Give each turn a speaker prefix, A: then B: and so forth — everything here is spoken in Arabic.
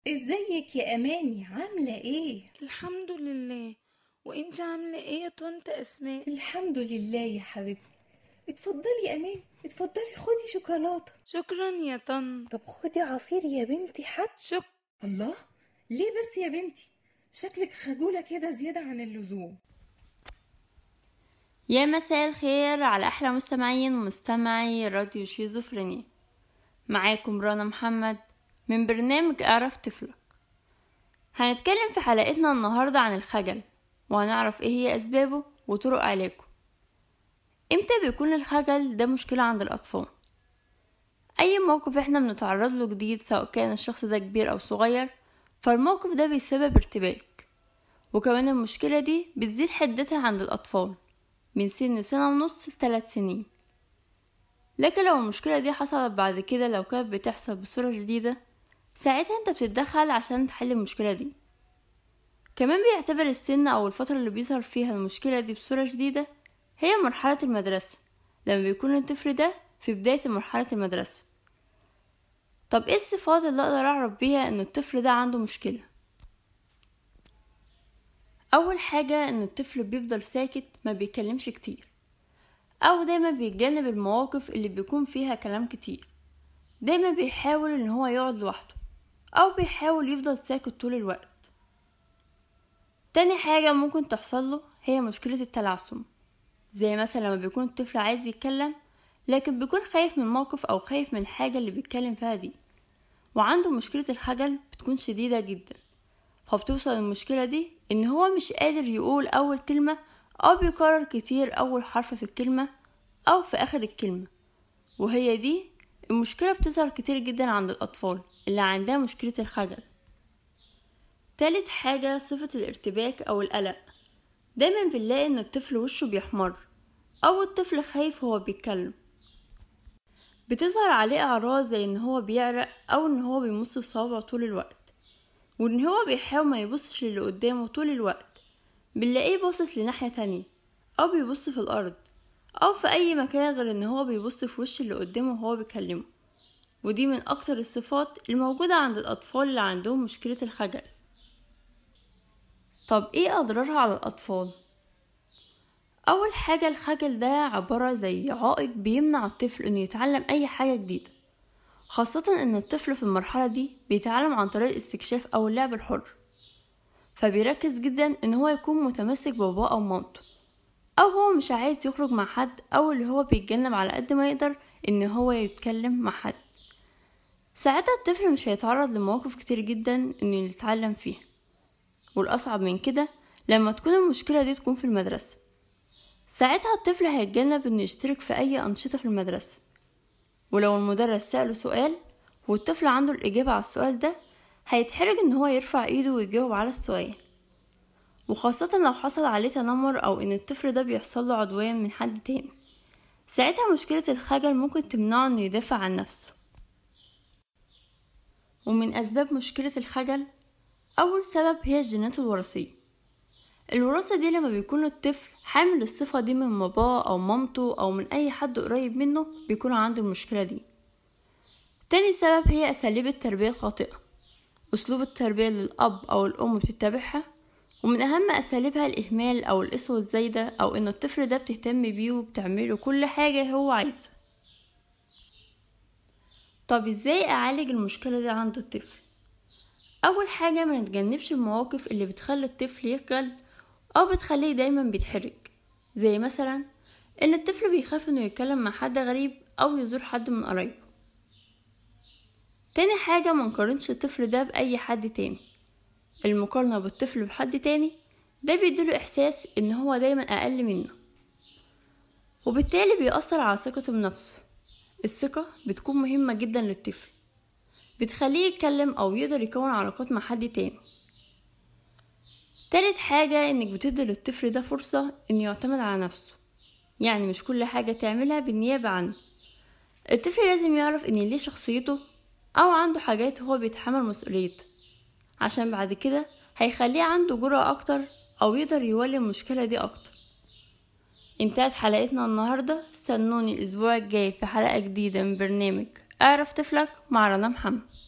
A: ازيك يا اماني؟ عامله ايه؟
B: الحمد لله. وانت عامله ايه يا طنط اسماء؟
A: الحمد لله يا حبيبتي. اتفضلي يا اماني، اتفضلي خدي شوكولاته.
B: شكرا يا طنط.
A: طب خدي عصير يا بنتي حتى.
B: شك
A: الله، ليه بس يا بنتي؟ شكلك خجوله كده زياده عن اللزوم.
C: يا مساء الخير على أحلى مستمعين ومستمعي راديو شيزوفرينيا. معاكم رنا محمد من برنامج اعرف طفلك. هنتكلم في حلقتنا النهاردة عن الخجل، وهنعرف ايه هي أسبابه وطرق علاجه. امتى بيكون الخجل ده مشكلة عند الأطفال؟ أي موقف احنا بنتعرض له جديد، سواء كان الشخص ده كبير أو صغير، فالموقف ده بيسبب ارتباك. وكمان المشكلة دي بتزيد حدتها عند الأطفال من سنة ونص ل3 سنين. لكن لو المشكلة دي حصلت بعد كده، لو كانت بتحصل بصورة جديدة، ساعتها انت بتتدخل عشان تحل المشكلة دي. كمان بيعتبر السن او الفترة اللي بيظهر فيها المشكلة دي بصورة جديدة هي مرحلة المدرسة، لما بيكون الطفل ده في بداية مرحلة المدرسة. طب ايه الصفات اللي اقدر اعرف بيها ان الطفل ده عنده مشكلة؟ اول حاجة ان الطفل بيفضل ساكت، ما بيتكلمش كتير، او دايما بيتجنب المواقف اللي بيكون فيها كلام كتير. دايما بيحاول ان هو يقعد لوحده، او بيحاول يفضل ساكت طول الوقت. تاني حاجة ممكن تحصله هي مشكلة التلعثم، زي مثلا لما بيكون الطفل عايز يتكلم لكن بيكون خايف من الموقف او خايف من الحاجة اللي بيتكلم فيها دي، وعنده مشكلة الخجل بتكون شديدة جدا. فبتوصل المشكلة دي ان هو مش قادر يقول اول كلمة، او بيكرر كتير اول حرف في الكلمة او في اخر الكلمة. وهي دي المشكلة بتظهر كتير جدا عند الأطفال اللي عندها مشكلة الخجل. تالت حاجة صفة الارتباك أو القلق. دايما بنلاقي إن الطفل وشه بيحمر، أو الطفل خايف وهو بيتكلم. بتظهر عليه أعراض زي إن هو بيعرق، أو إن هو بيمص في صوابعه طول الوقت، وإن هو بيحاول ما يبصش للي قدامه طول الوقت. بنلاقيه باصص لناحية تانية، أو بيبص في الأرض، أو في أي مكان غير إن هو بيبص في وش اللي قدامه وهو بيكلمه. ودي من أكتر الصفات الموجودة عند الأطفال اللي عندهم مشكلة الخجل. طب إيه أضرارها على الأطفال؟ أول حاجة، الخجل ده عبارة زي عائق بيمنع الطفل إنه يتعلم أي حاجة جديدة، خاصة إن الطفل في المرحلة دي بيتعلم عن طريق الاستكشاف أو اللعب الحر، فبيركز جدا إن هو يكون متمسك بباباه أو مامته، أو هو مش عايز يخرج مع حد، أو اللي هو بيتجنب على قد ما يقدر إن هو يتكلم مع حد. ساعتها الطفل مش هيتعرض لمواقف كتير جدا إنه يتعلم فيها. والأصعب من كده لما تكون المشكلة دي تكون في المدرسة، ساعتها الطفل هيتجنب إنه يشترك في أي أنشطة في المدرسة. ولو المدرس سأله سؤال والطفل عنده الإجابة على السؤال ده، هيتحرج إن هو يرفع إيده ويجاوب على السؤال. وخاصة لو حصل عليه تنمر، أو إن الطفل ده بيحصل له عدوان من حد تاني، ساعتها مشكلة الخجل ممكن تمنعه إنه يدافع عن نفسه. ومن أسباب مشكلة الخجل، أول سبب هي الجينات الوراثية. الوراثة دي لما بيكون الطفل حامل الصفة دي من باباه أو مامته أو من أي حد قريب منه، بيكون عنده المشكلة دي. تاني سبب هي أساليب التربية الخاطئة. أسلوب التربية اللي الأب أو الأم بتتبعها، ومن أهم أساليبها الإهمال أو القسوة الزايدة، أو إن الطفل ده بتهتم بيه وبتعمله كل حاجة هو عايزها. طب إزاي أعالج المشكلة دي عند الطفل؟ أول حاجة، ما نتجنبش المواقف اللي بتخلي الطفل يخجل أو بتخليه دايما بيتحرج، زي مثلا إن الطفل بيخاف إنه يتكلم مع حد غريب أو يزور حد من قرايبه. تاني حاجة، منقارنش الطفل ده بأي حد تاني. المقارنة بالطفل بحد تاني ده بيديله إحساس إن هو دايما أقل منه، وبالتالي بيأثر على ثقته بنفسه. الثقة بتكون مهمة جدا للطفل، بتخليه يتكلم أو يقدر يكون علاقات مع حد تاني. تالت حاجة، إنك بتدي للطفل ده فرصة إنه يعتمد على نفسه، يعني مش كل حاجة تعملها بالنيابة عنه. الطفل لازم يعرف إن ليه شخصيته، أو عنده حاجات هو بيتحمل مسؤوليتها، عشان بعد كده هيخليه عنده جرأة أكتر، أو يقدر يولي المشكلة دي أكتر. انتهت حلقتنا النهاردة، استنوني الأسبوع الجاي في حلقة جديدة من برنامج اعرف طفلك مع رنا محمد.